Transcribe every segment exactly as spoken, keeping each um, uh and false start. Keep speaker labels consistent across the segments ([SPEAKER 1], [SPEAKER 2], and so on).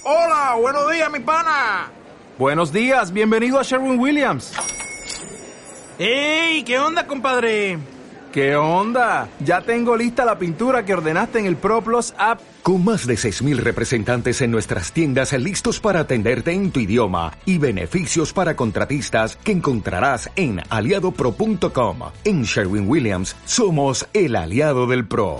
[SPEAKER 1] Hola, buenos días, mi pana.
[SPEAKER 2] Buenos días, bienvenido a Sherwin-Williams.
[SPEAKER 1] ¡Ey! ¿Qué onda, compadre?
[SPEAKER 2] ¿Qué onda? Ya tengo lista la pintura que ordenaste en el ProPlus app.
[SPEAKER 3] Con más de seis mil representantes en nuestras tiendas listos para atenderte en tu idioma y beneficios para contratistas que encontrarás en aliado pro punto com. En Sherwin-Williams somos el aliado del pro.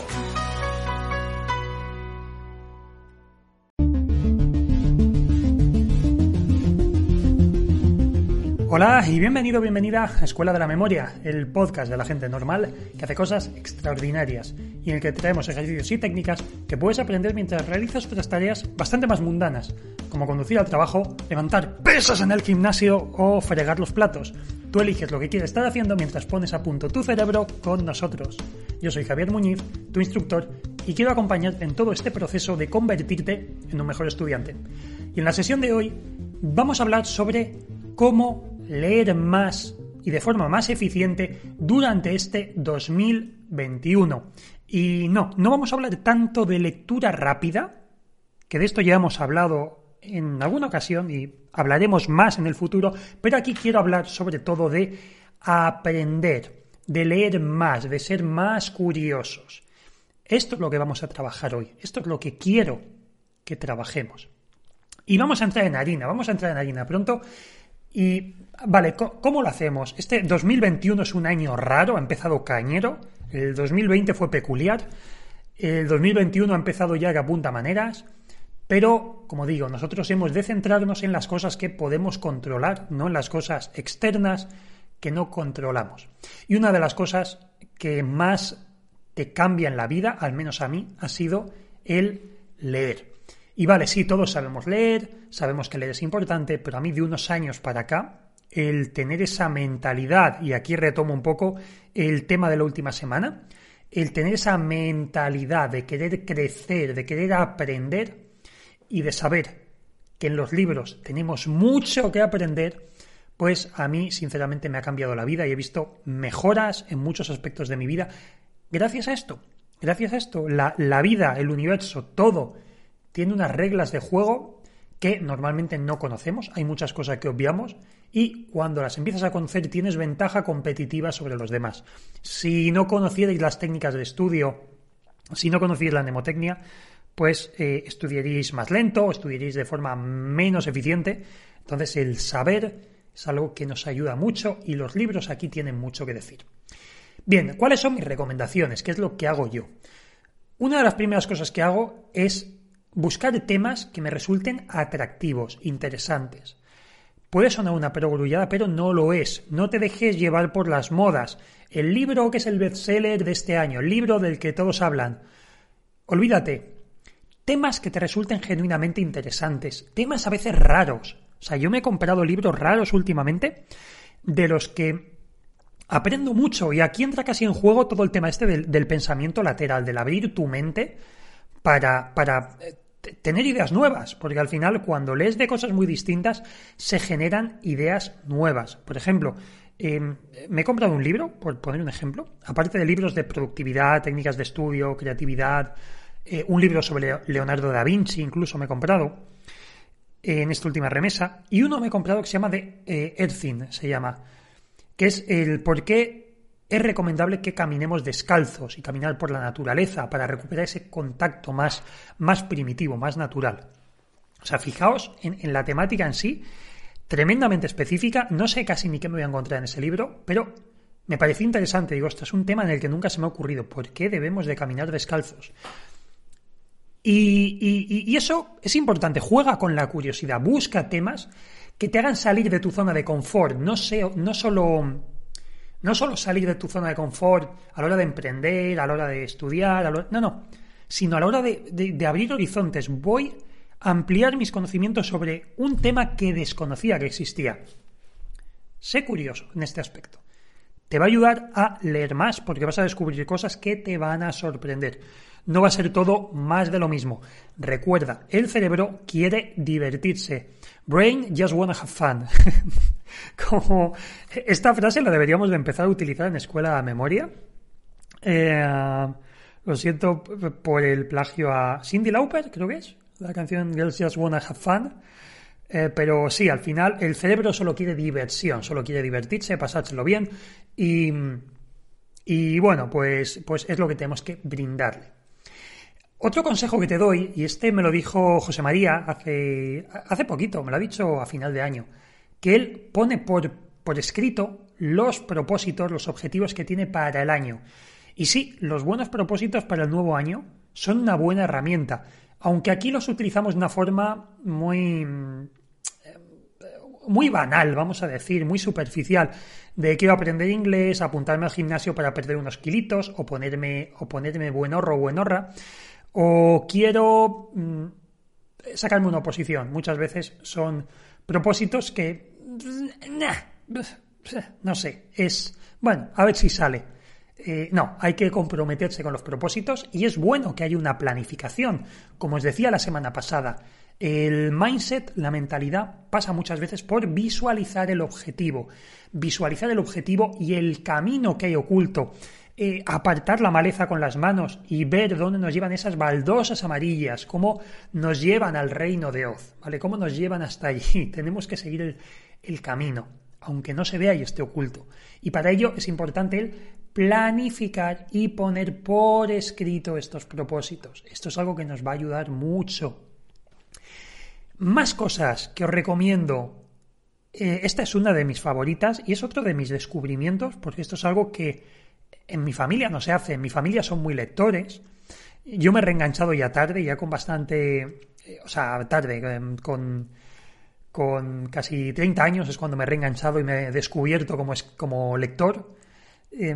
[SPEAKER 4] Hola y bienvenido, bienvenida a Escuela de la Memoria, el podcast de la gente normal que hace cosas extraordinarias y en el que traemos ejercicios y técnicas que puedes aprender mientras realizas otras tareas bastante más mundanas, como conducir al trabajo, levantar pesas en el gimnasio o fregar los platos. Tú eliges lo que quieres estar haciendo mientras pones a punto tu cerebro con nosotros. Yo soy Javier Muñiz, tu instructor, y quiero acompañarte en todo este proceso de convertirte en un mejor estudiante. Y en la sesión de hoy vamos a hablar sobre cómo leer más y de forma más eficiente durante este dos mil veintiuno. Y no, no vamos a hablar tanto de lectura rápida, que de esto ya hemos hablado en alguna ocasión y hablaremos más en el futuro, pero aquí quiero hablar sobre todo de aprender, de leer más, de ser más curiosos. Esto es lo que vamos a trabajar hoy, esto es lo que quiero que trabajemos. Y vamos a entrar en harina, vamos a entrar en harina pronto. Y, vale, ¿cómo lo hacemos? Este dos mil veintiuno es un año raro, ha empezado cañero, el dos mil veinte fue peculiar, el dos mil veintiuno ha empezado ya que apunta maneras, pero, como digo, nosotros hemos de centrarnos en las cosas que podemos controlar, no en las cosas externas que no controlamos. Y una de las cosas que más te cambia en la vida, al menos a mí, ha sido el leer. Y vale, sí, todos sabemos leer, sabemos que leer es importante, pero a mí de unos años para acá, el tener esa mentalidad, y aquí retomo un poco el tema de la última semana, el tener esa mentalidad de querer crecer, de querer aprender y de saber que en los libros tenemos mucho que aprender, pues a mí sinceramente me ha cambiado la vida y he visto mejoras en muchos aspectos de mi vida gracias a esto, gracias a esto. La, la vida, el universo, todo tiene unas reglas de juego que normalmente no conocemos, hay muchas cosas que obviamos y cuando las empiezas a conocer tienes ventaja competitiva sobre los demás. Si no conocierais las técnicas de estudio, si no conocierais la mnemotecnia, pues eh, estudiaríais más lento, estudiaríais de forma menos eficiente. Entonces el saber es algo que nos ayuda mucho y los libros aquí tienen mucho que decir. Bien, ¿cuáles son mis recomendaciones? ¿Qué es lo que hago yo? Una de las primeras cosas que hago es buscar temas que me resulten atractivos, interesantes. Puede sonar una perogrullada, pero no lo es. No te dejes llevar por las modas. El libro que es el bestseller de este año, el libro del que todos hablan. Olvídate. Temas que te resulten genuinamente interesantes. Temas a veces raros. O sea, yo me he comprado libros raros últimamente de los que aprendo mucho. Y aquí entra casi en juego todo el tema este del, del pensamiento lateral, del abrir tu mente para... para tener ideas nuevas, porque al final cuando lees de cosas muy distintas se generan ideas nuevas. Por ejemplo, eh, me he comprado un libro, por poner un ejemplo, aparte de libros de productividad, técnicas de estudio, creatividad, eh, un libro sobre Leonardo da Vinci incluso me he comprado eh, en esta última remesa, y uno me he comprado que se llama de eh, Earthing, se llama, que es el por qué es recomendable que caminemos descalzos y caminar por la naturaleza para recuperar ese contacto más, más primitivo, más natural. O sea, fijaos en, en la temática en sí, tremendamente específica. No sé casi ni qué me voy a encontrar en ese libro, pero me pareció interesante. Digo, esto es un tema en el que nunca se me ha ocurrido. ¿Por qué debemos de caminar descalzos? Y, y, y eso es importante. Juega con la curiosidad. Busca temas que te hagan salir de tu zona de confort. No, sé, no solo... No solo salir de tu zona de confort a la hora de emprender, a la hora de estudiar, a la hora, no, no, sino a la hora de, de, de abrir horizontes. Voy a ampliar mis conocimientos sobre un tema que desconocía que existía. Sé curioso en este aspecto. Te va a ayudar a leer más porque vas a descubrir cosas que te van a sorprender. No va a ser todo más de lo mismo. Recuerda, el cerebro quiere divertirse. Brain just wanna have fun. Como esta frase la deberíamos de empezar a utilizar en escuela de memoria. Eh, lo siento por el plagio a Cyndi Lauper, creo que es. la canción Girls Just Wanna Have Fun. Eh, pero sí, al final el cerebro solo quiere diversión, solo quiere divertirse, pasárselo bien y, y bueno, pues, pues es lo que tenemos que brindarle. Otro consejo que te doy, y este me lo dijo José María hace, hace poquito, me lo ha dicho a final de año, que él pone por, por escrito los propósitos, los objetivos que tiene para el año. Y sí, los buenos propósitos para el nuevo año son una buena herramienta, aunque aquí los utilizamos de una forma muy... muy banal, vamos a decir, muy superficial, de quiero aprender inglés, apuntarme al gimnasio para perder unos kilitos, o ponerme, o ponerme buenorro o buenorra, o quiero mmm, sacarme una oposición. Muchas veces son propósitos que, nah, no sé, es, bueno, a ver si sale. Eh, no, hay que comprometerse con los propósitos y es bueno que haya una planificación. Como os decía la semana pasada, el mindset, la mentalidad, pasa muchas veces por visualizar el objetivo. Visualizar el objetivo y el camino que hay oculto. Eh, apartar la maleza con las manos y ver dónde nos llevan esas baldosas amarillas, cómo nos llevan al reino de Oz, ¿vale? Cómo nos llevan hasta allí. Tenemos que seguir el, el camino, aunque no se vea y esté oculto. Y para ello es importante el planificar y poner por escrito estos propósitos. Esto es algo que nos va a ayudar mucho. Más cosas que os recomiendo. Eh, esta es una de mis favoritas y es otro de mis descubrimientos, porque esto es algo que en mi familia no se hace. En mi familia son muy lectores. Yo me he reenganchado ya tarde, ya con bastante... Eh, o sea, tarde, eh, con... con casi treinta años es cuando me he reenganchado y me he descubierto como, es, como lector. Eh,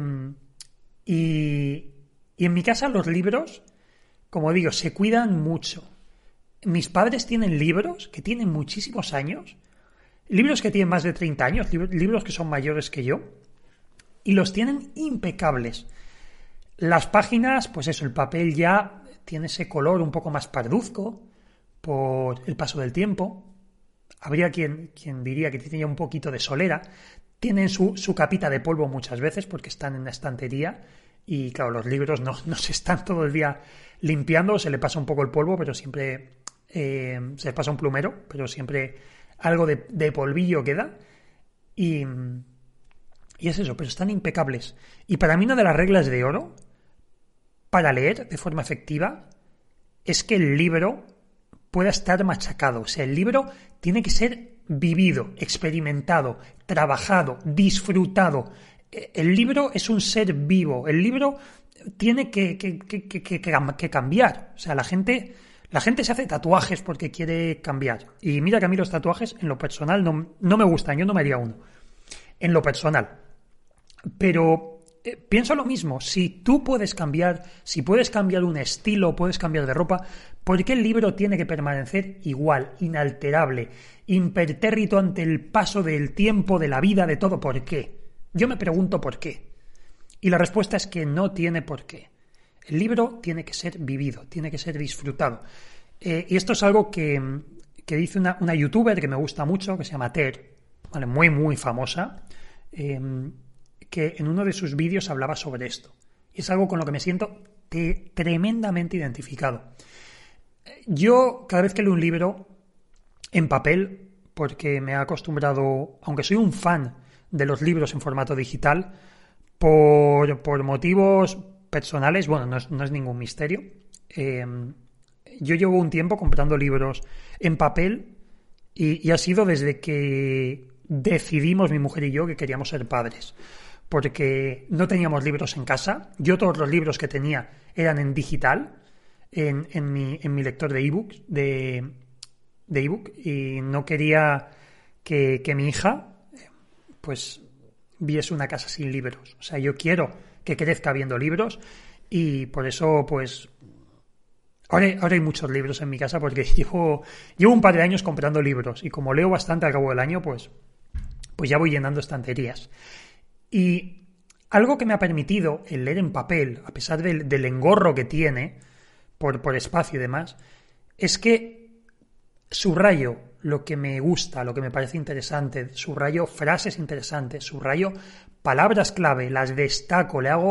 [SPEAKER 4] y, y en mi casa los libros, como digo, se cuidan mucho. Mis padres tienen libros que tienen muchísimos años, libros que tienen más de treinta años, lib- libros que son mayores que yo, y los tienen impecables. Las páginas, pues eso, el papel ya tiene ese color un poco más parduzco por el paso del tiempo. Habría quien, quien diría que tiene ya un poquito de solera. Tienen su, su capita de polvo muchas veces porque están en la estantería y, claro, los libros no, no se están todo el día limpiando, se le pasa un poco el polvo, pero siempre eh, se le pasa un plumero, pero siempre algo de, de polvillo queda. Y, y es eso, pero están impecables. Y para mí una de las reglas de oro para leer de forma efectiva es que el libro pueda estar machacado. O sea, el libro tiene que ser vivido, experimentado, trabajado, disfrutado. El libro es un ser vivo. El libro tiene que, que, que, que, que, que cambiar. O sea, la gente, la gente se hace tatuajes porque quiere cambiar. Y mira que a mí los tatuajes, en lo personal, no, no me gustan. Yo no me haría uno. En lo personal. Pero eh, pienso lo mismo. Si tú puedes cambiar, si puedes cambiar un estilo, puedes cambiar de ropa, ¿por qué el libro tiene que permanecer igual, inalterable, impertérrito ante el paso del tiempo, de la vida, de todo? ¿Por qué? Yo me pregunto por qué. Y la respuesta es que no tiene por qué. El libro tiene que ser vivido, tiene que ser disfrutado. Eh, y esto es algo que, que dice una, una youtuber que me gusta mucho, que se llama Ter, ¿vale? Muy, muy famosa, eh, que en uno de sus vídeos hablaba sobre esto. Y es algo con lo que me siento te, tremendamente identificado. Yo, cada vez que leo un libro en papel, porque me he acostumbrado, aunque soy un fan de los libros en formato digital, por, por motivos personales, bueno, no es, no es ningún misterio. Eh, yo llevo un tiempo comprando libros en papel y, y ha sido desde que decidimos, mi mujer y yo, que queríamos ser padres. Porque no teníamos libros en casa. Yo todos los libros que tenía eran en digital, en, en, mi, en mi lector de ebooks, de, de ebook, y no quería que, que mi hija pues viese una casa sin libros. O sea, yo quiero que crezca viendo libros y por eso pues ahora, ahora hay muchos libros en mi casa porque llevo, llevo un par de años comprando libros y como leo bastante al cabo del año pues, pues ya voy llenando estanterías. Y algo que me ha permitido el leer en papel, a pesar del, del engorro que tiene por, por espacio y demás, es que subrayo lo que me gusta, lo que me parece interesante, subrayo frases interesantes, subrayo palabras clave, las destaco, le hago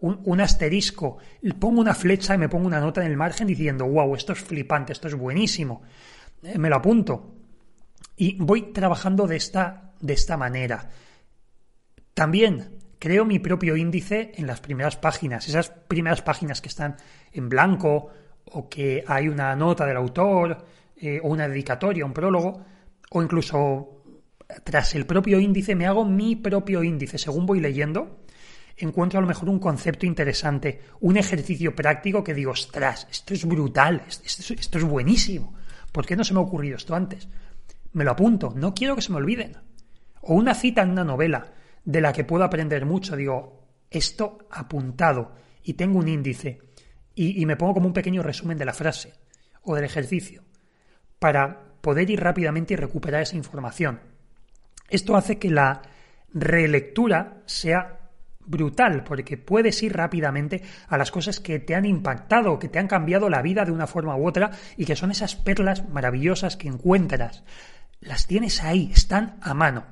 [SPEAKER 4] un, un asterisco, pongo una flecha y me pongo una nota en el margen diciendo, wow, esto es flipante, esto es buenísimo. Eh, me lo apunto. Y voy trabajando de esta, de esta manera. También creo mi propio índice en las primeras páginas. Esas primeras páginas que están en blanco o que hay una nota del autor eh, o una dedicatoria, un prólogo, o incluso tras el propio índice me hago mi propio índice. Según voy leyendo, encuentro a lo mejor un concepto interesante, un ejercicio práctico que digo, ostras, esto es brutal, esto, esto es buenísimo. ¿Por qué no se me ha ocurrido esto antes? Me lo apunto, no quiero que se me olviden. O una cita en una novela de la que puedo aprender mucho, digo, esto apuntado y tengo un índice y, y me pongo como un pequeño resumen de la frase o del ejercicio para poder ir rápidamente y recuperar esa información. Esto hace que la relectura sea brutal, porque puedes ir rápidamente a las cosas que te han impactado, que te han cambiado la vida de una forma u otra y que son esas perlas maravillosas que encuentras. Las tienes ahí, están a mano.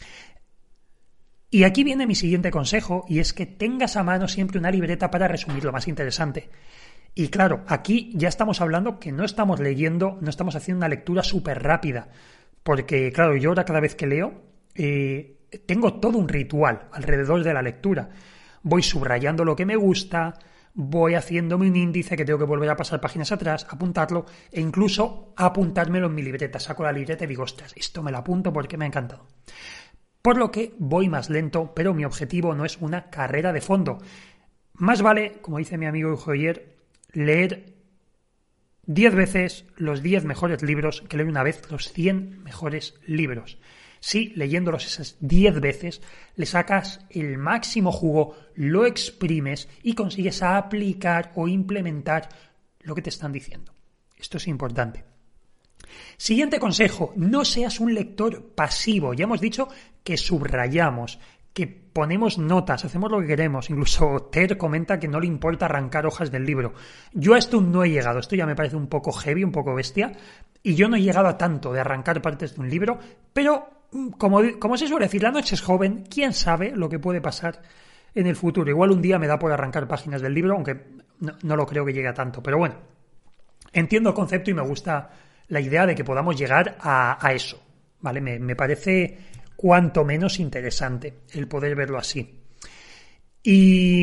[SPEAKER 4] Y aquí viene mi siguiente consejo, y es que tengas a mano siempre una libreta para resumir lo más interesante. Y claro, aquí ya estamos hablando que no estamos leyendo, no estamos haciendo una lectura súper rápida, porque claro, yo ahora cada vez que leo, eh, tengo todo un ritual alrededor de la lectura. Voy subrayando lo que me gusta, voy haciéndome un índice que tengo que volver a pasar páginas atrás, apuntarlo e incluso apuntármelo en mi libreta. Saco la libreta y digo, ostras, esto me lo apunto porque me ha encantado. Por lo que voy más lento, pero mi objetivo no es una carrera de fondo. Más vale, como dice mi amigo Joyer, leer diez veces los diez mejores libros que leer una vez los cien mejores libros. Si leyéndolos esas diez veces le sacas el máximo jugo, lo exprimes y consigues aplicar o implementar lo que te están diciendo. Esto es importante. Siguiente consejo, no seas un lector pasivo. Ya hemos dicho que subrayamos, que ponemos notas, hacemos lo que queremos. Incluso Ter comenta que no le importa arrancar hojas del libro. Yo a esto no he llegado, esto ya me parece un poco heavy, un poco bestia, y yo no he llegado a tanto de arrancar partes de un libro, pero como, como se suele decir, la noche es joven, quién sabe lo que puede pasar en el futuro. Igual un día me da por arrancar páginas del libro, aunque no, no lo creo que llegue a tanto, pero bueno, entiendo el concepto y me gusta la idea de que podamos llegar a, a eso, ¿vale? Me, me parece cuanto menos interesante el poder verlo así. Y,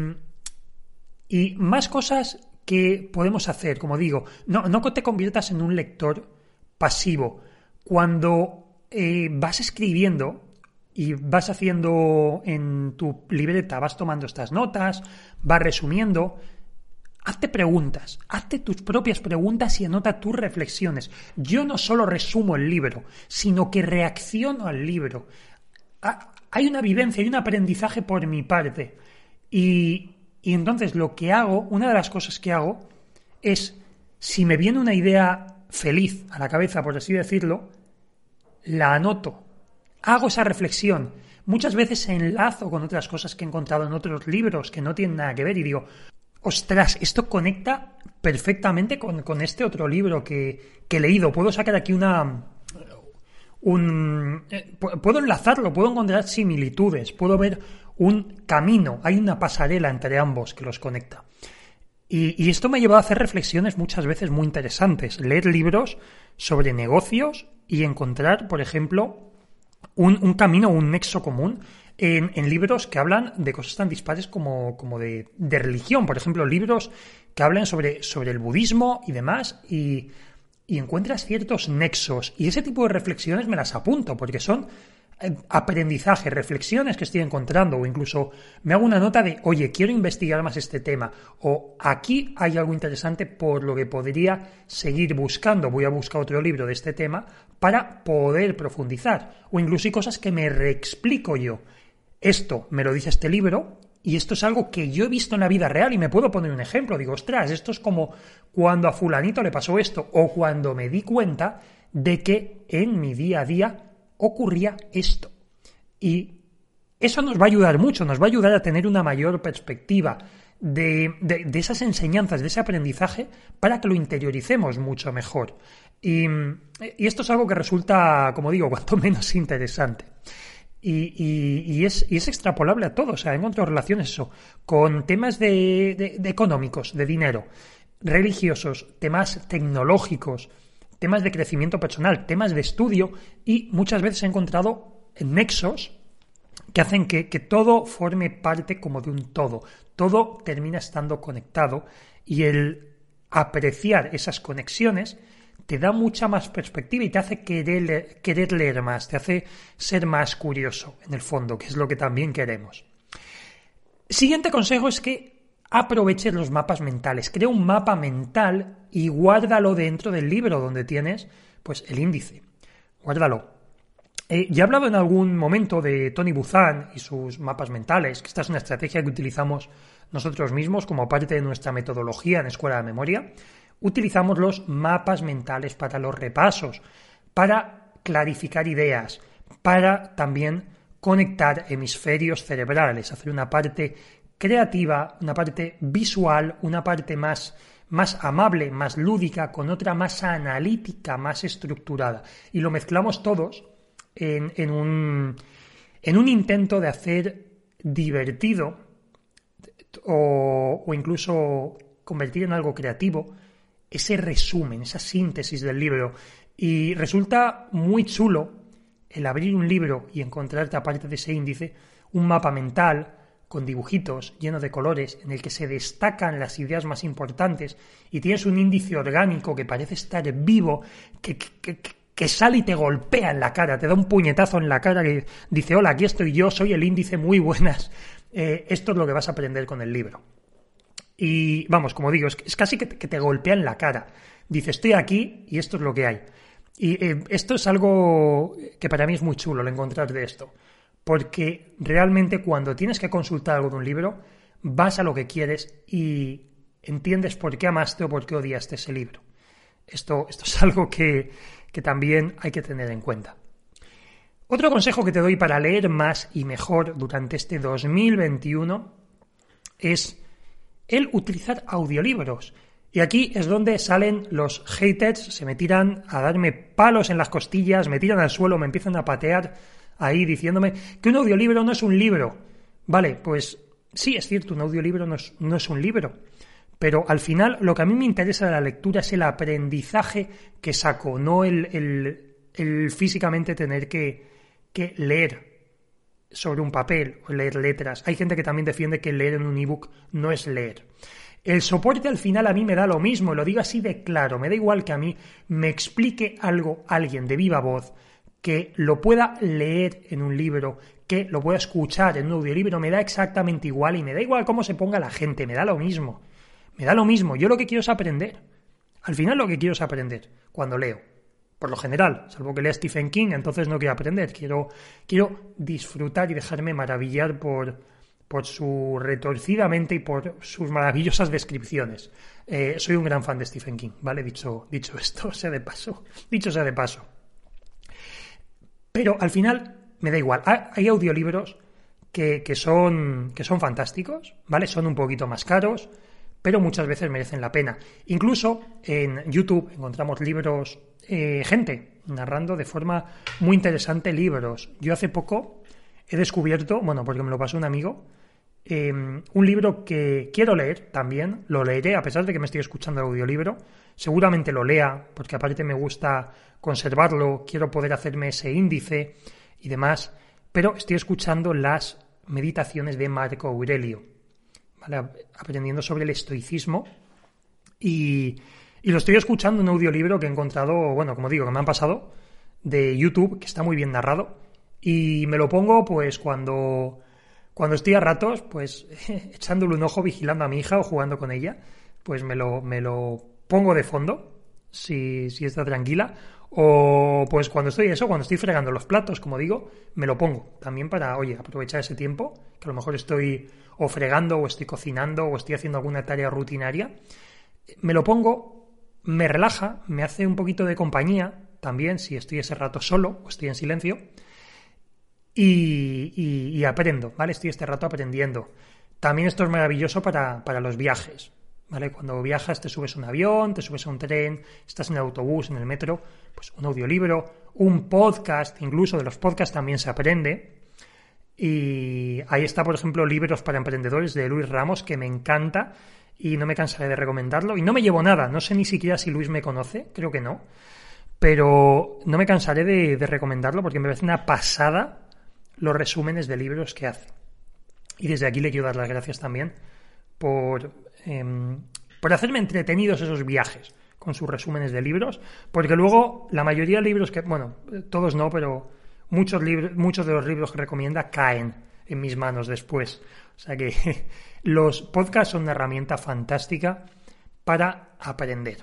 [SPEAKER 4] y más cosas que podemos hacer, como digo, no, no te conviertas en un lector pasivo. Cuando eh, vas escribiendo y vas haciendo en tu libreta, vas tomando estas notas, vas resumiendo, hazte preguntas, hazte tus propias preguntas y anota tus reflexiones. Yo no solo resumo el libro, sino que reacciono al libro. Hay una vivencia, hay un aprendizaje por mi parte. Y, y entonces lo que hago, una de las cosas que hago, es, si me viene una idea feliz a la cabeza, por así decirlo, la anoto. Hago esa reflexión. Muchas veces enlazo con otras cosas que he encontrado en otros libros que no tienen nada que ver y digo, ostras, esto conecta perfectamente con, con este otro libro que, que he leído. Puedo sacar aquí una... Un, eh, puedo enlazarlo, puedo encontrar similitudes, puedo ver un camino, hay una pasarela entre ambos que los conecta. Y, y esto me ha llevado a hacer reflexiones muchas veces muy interesantes. Leer libros sobre negocios y encontrar, por ejemplo, un, un camino, un nexo común En, en libros que hablan de cosas tan dispares como, como de, de religión, por ejemplo, libros que hablan sobre, sobre el budismo y demás, y, y encuentras ciertos nexos, y ese tipo de reflexiones me las apunto, porque son aprendizaje, reflexiones que estoy encontrando, o incluso me hago una nota de, oye, quiero investigar más este tema, o aquí hay algo interesante por lo que podría seguir buscando, voy a buscar otro libro de este tema para poder profundizar, o incluso hay cosas que me reexplico yo. Esto me lo dice este libro y esto es algo que yo he visto en la vida real y me puedo poner un ejemplo. Digo, ostras, esto es como cuando a fulanito le pasó esto o cuando me di cuenta de que en mi día a día ocurría esto. Y eso nos va a ayudar mucho, nos va a ayudar a tener una mayor perspectiva de, de, de esas enseñanzas, de ese aprendizaje para que lo interioricemos mucho mejor. Y, y esto es algo que resulta, como digo, cuanto menos interesante. Y, y, y, es, y es extrapolable a todo. O sea, he encontrado relaciones eso, con temas de, de, de económicos, de dinero, religiosos, temas tecnológicos, temas de crecimiento personal, temas de estudio, y muchas veces he encontrado nexos que hacen que, que todo forme parte como de un todo. Todo termina estando conectado, y el apreciar esas conexiones te da mucha más perspectiva y te hace querer, querer leer más, te hace ser más curioso, en el fondo, que es lo que también queremos. Siguiente consejo es que aproveches los mapas mentales. Crea un mapa mental y guárdalo dentro del libro donde tienes pues el índice. Guárdalo. Eh, ya he hablado en algún momento de Tony Buzan y sus mapas mentales, que esta es una estrategia que utilizamos nosotros mismos como parte de nuestra metodología en Escuela de Memoria. Utilizamos los mapas mentales para los repasos, para clarificar ideas, para también conectar hemisferios cerebrales, hacer una parte creativa, una parte visual, una parte más, más amable, más lúdica, con otra más analítica, más estructurada. Y lo mezclamos todos en, en, un, en un intento de hacer divertido o, o incluso convertir en algo creativo ese resumen, esa síntesis del libro. Y resulta muy chulo el abrir un libro y encontrarte, aparte de ese índice, un mapa mental con dibujitos lleno de colores en el que se destacan las ideas más importantes, y tienes un índice orgánico que parece estar vivo, que, que, que, que sale y te golpea en la cara, te da un puñetazo en la cara que dice: hola, aquí estoy yo, soy el índice, muy buenas. Eh, esto es lo que vas a aprender con el libro. Y vamos, como digo, es, es casi que te, que te golpea en la cara. Dice: estoy aquí y esto es lo que hay. Y eh, esto es algo que para mí es muy chulo, el encontrar de esto. Porque realmente cuando tienes que consultar algo de un libro, vas a lo que quieres y entiendes por qué amaste o por qué odiaste ese libro. Esto, esto es algo que, que también hay que tener en cuenta. Otro consejo que te doy para leer más y mejor durante este dos mil veintiuno es el utilizar audiolibros. Y aquí es donde salen los haters, se me tiran a darme palos en las costillas, me tiran al suelo, me empiezan a patear ahí diciéndome que un audiolibro no es un libro. Vale, pues sí, es cierto, un audiolibro no es, no es un libro. Pero al final lo que a mí me interesa de la lectura es el aprendizaje que saco, no el, el, el físicamente tener que, que leer sobre un papel o leer letras. Hay gente que también defiende que leer en un ebook no es leer. El soporte al final a mí me da lo mismo, lo digo así de claro, me da igual que a mí me explique algo alguien de viva voz, que lo pueda leer en un libro, que lo pueda escuchar en un audiolibro, me da exactamente igual, y me da igual cómo se ponga la gente, me da lo mismo, me da lo mismo. Yo lo que quiero es aprender, al final lo que quiero es aprender cuando leo. Por lo general, salvo que lea Stephen King, entonces no quiero aprender, quiero, quiero disfrutar y dejarme maravillar por, por su retorcidamente y por sus maravillosas descripciones. Eh, soy un gran fan de Stephen King, ¿vale? Dicho, dicho esto, sea de paso, dicho sea de paso. Pero al final me da igual. Hay audiolibros que, que, son, que son fantásticos, ¿vale? Son un poquito más caros, pero muchas veces merecen la pena. Incluso en YouTube encontramos libros, eh, gente narrando de forma muy interesante libros. Yo hace poco he descubierto, bueno, porque me lo pasó un amigo, eh, un libro que quiero leer también, lo leeré a pesar de que me estoy escuchando el audiolibro, seguramente lo lea, porque aparte me gusta conservarlo, quiero poder hacerme ese índice y demás, pero estoy escuchando las meditaciones de Marco Aurelio, ¿vale? Aprendiendo sobre el estoicismo, y, y lo estoy escuchando en un audiolibro que he encontrado, bueno, como digo, que me han pasado de YouTube, que está muy bien narrado, y me lo pongo pues cuando, cuando estoy a ratos, pues echándole un ojo, vigilando a mi hija o jugando con ella, pues me lo, me lo pongo de fondo, si, si está tranquila, o pues cuando estoy eso, cuando estoy fregando los platos, como digo, me lo pongo también para, oye, aprovechar ese tiempo, que a lo mejor estoy o fregando, o estoy cocinando, o estoy haciendo alguna tarea rutinaria, me lo pongo, me relaja, me hace un poquito de compañía, también si estoy ese rato solo, o estoy en silencio, y, y, y aprendo, ¿vale? Estoy este rato aprendiendo. También esto es maravilloso para, para los viajes, ¿vale? Cuando viajas, te subes a un avión, te subes a un tren, estás en el autobús, en el metro, pues un audiolibro, un podcast, incluso de los podcasts también se aprende. Y ahí está, por ejemplo, Libros para Emprendedores de Luis Ramos, que me encanta y no me cansaré de recomendarlo. Y no me llevo nada, no sé ni siquiera si Luis me conoce, creo que no. Pero no me cansaré de, de recomendarlo porque me parece una pasada los resúmenes de libros que hace. Y desde aquí le quiero dar las gracias también por, eh, por hacerme entretenidos esos viajes con sus resúmenes de libros, porque luego la mayoría de libros que, bueno, todos no, pero muchos libros, muchos de los libros que recomienda caen en mis manos después. O sea que los podcasts son una herramienta fantástica para aprender.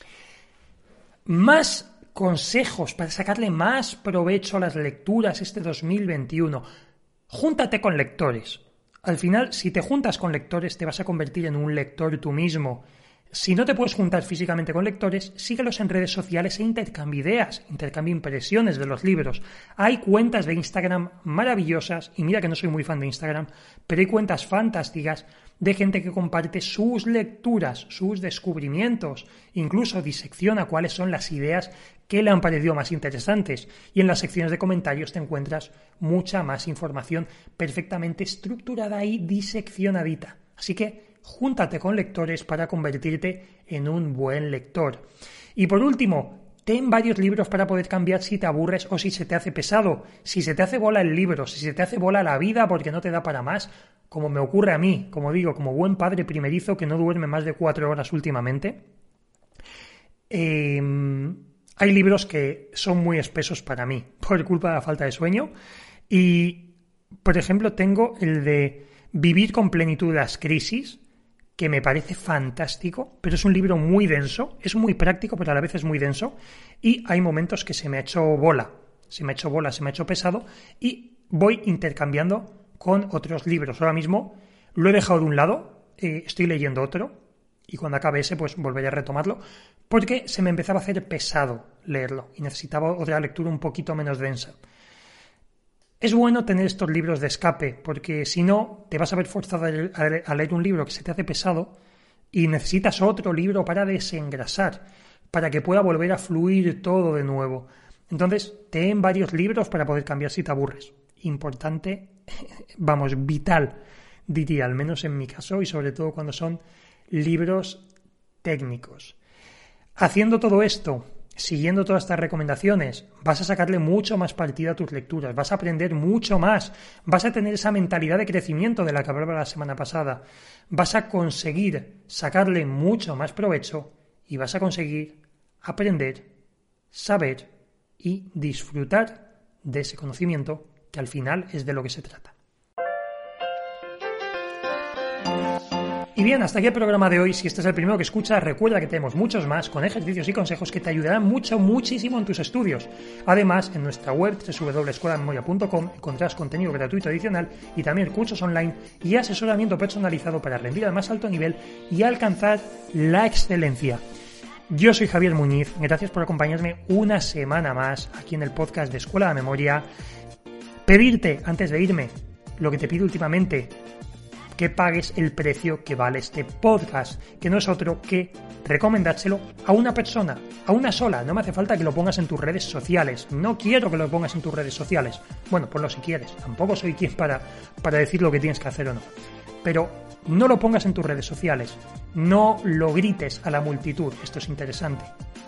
[SPEAKER 4] Más consejos para sacarle más provecho a las lecturas este dos mil veintiuno. Júntate con lectores. Al final, si te juntas con lectores, te vas a convertir en un lector tú mismo. Si no te puedes juntar físicamente con lectores, síguelos en redes sociales e intercambia ideas, intercambia impresiones de los libros. Hay cuentas de Instagram maravillosas, y mira que no soy muy fan de Instagram, pero hay cuentas fantásticas de gente que comparte sus lecturas, sus descubrimientos, incluso disecciona cuáles son las ideas que le han parecido más interesantes. Y en las secciones de comentarios te encuentras mucha más información perfectamente estructurada y diseccionadita. Así que júntate con lectores para convertirte en un buen lector. Y por último, ten varios libros para poder cambiar si te aburres o si se te hace pesado. Si se te hace bola el libro, si se te hace bola la vida porque no te da para más, como me ocurre a mí, como digo, como buen padre primerizo que no duerme más de cuatro horas últimamente, eh, hay libros que son muy espesos para mí por culpa de la falta de sueño. Y, por ejemplo, tengo el de Vivir con plenitud las crisis, que me parece fantástico, pero es un libro muy denso, es muy práctico, pero a la vez es muy denso, y hay momentos que se me ha hecho bola, se me ha hecho bola, se me ha hecho pesado, y voy intercambiando con otros libros. Ahora mismo lo he dejado de un lado, eh, estoy leyendo otro, y cuando acabe ese, pues volveré a retomarlo, porque se me empezaba a hacer pesado leerlo, y necesitaba otra lectura un poquito menos densa. Es bueno tener estos libros de escape, porque si no, te vas a ver forzado a leer un libro que se te hace pesado y necesitas otro libro para desengrasar, para que pueda volver a fluir todo de nuevo. Entonces, ten varios libros para poder cambiar si te aburres. Importante, vamos, vital, diría, al menos en mi caso, y sobre todo cuando son libros técnicos. Haciendo todo esto, siguiendo todas estas recomendaciones, vas a sacarle mucho más partido a tus lecturas, vas a aprender mucho más, vas a tener esa mentalidad de crecimiento de la que hablaba la semana pasada, vas a conseguir sacarle mucho más provecho y vas a conseguir aprender, saber y disfrutar de ese conocimiento que al final es de lo que se trata. Y bien, hasta aquí el programa de hoy. Si este es el primero que escuchas, recuerda que tenemos muchos más con ejercicios y consejos que te ayudarán mucho, muchísimo en tus estudios. Además, en nuestra web doble u doble u doble u punto escuela de memoria punto com encontrarás contenido gratuito adicional y también cursos online y asesoramiento personalizado para rendir al más alto nivel y alcanzar la excelencia. Yo soy Javier Muñiz, gracias por acompañarme una semana más aquí en el podcast de Escuela de Memoria. Pedirte, antes de irme, lo que te pido últimamente, que pagues el precio que vale este podcast, que no es otro que recomendárselo a una persona, a una sola. No me hace falta que lo pongas en tus redes sociales, no quiero que lo pongas en tus redes sociales. Bueno, ponlo si quieres, tampoco soy quien para, para decir lo que tienes que hacer o no. Pero no lo pongas en tus redes sociales, no lo grites a la multitud, esto es interesante.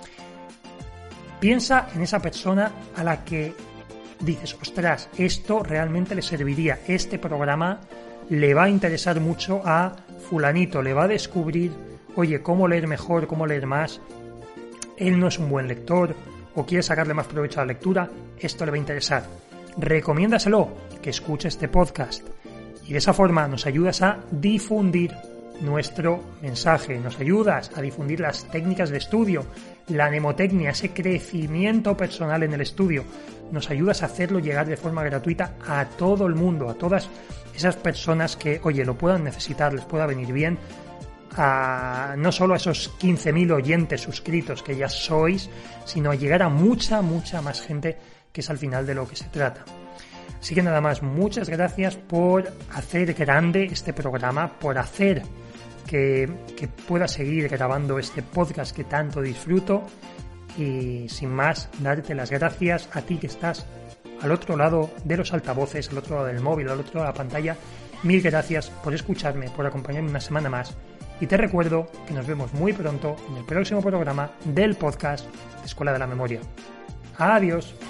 [SPEAKER 4] Piensa en esa persona a la que dices, ostras, esto realmente le serviría, este programa le va a interesar mucho a fulanito, le va a descubrir, oye, cómo leer mejor, cómo leer más, él no es un buen lector o quiere sacarle más provecho a la lectura, esto le va a interesar. Recomiéndaselo, que escuche este podcast y de esa forma nos ayudas a difundir nuestro mensaje, nos ayudas a difundir las técnicas de estudio, la mnemotecnia, ese crecimiento personal en el estudio, nos ayudas a hacerlo llegar de forma gratuita a todo el mundo, a todas esas personas que, oye, lo puedan necesitar, les pueda venir bien, a, no solo a esos quince mil oyentes suscritos que ya sois, sino a llegar a mucha, mucha más gente, que es al final de lo que se trata. Así que nada más, muchas gracias por hacer grande este programa, por hacer que, que pueda seguir grabando este podcast que tanto disfruto y sin más, darte las gracias a ti que estás al otro lado de los altavoces, al otro lado del móvil, al otro lado de la pantalla, mil gracias por escucharme, por acompañarme una semana más. Y te recuerdo que nos vemos muy pronto en el próximo programa del podcast Escuela de la Memoria. Adiós.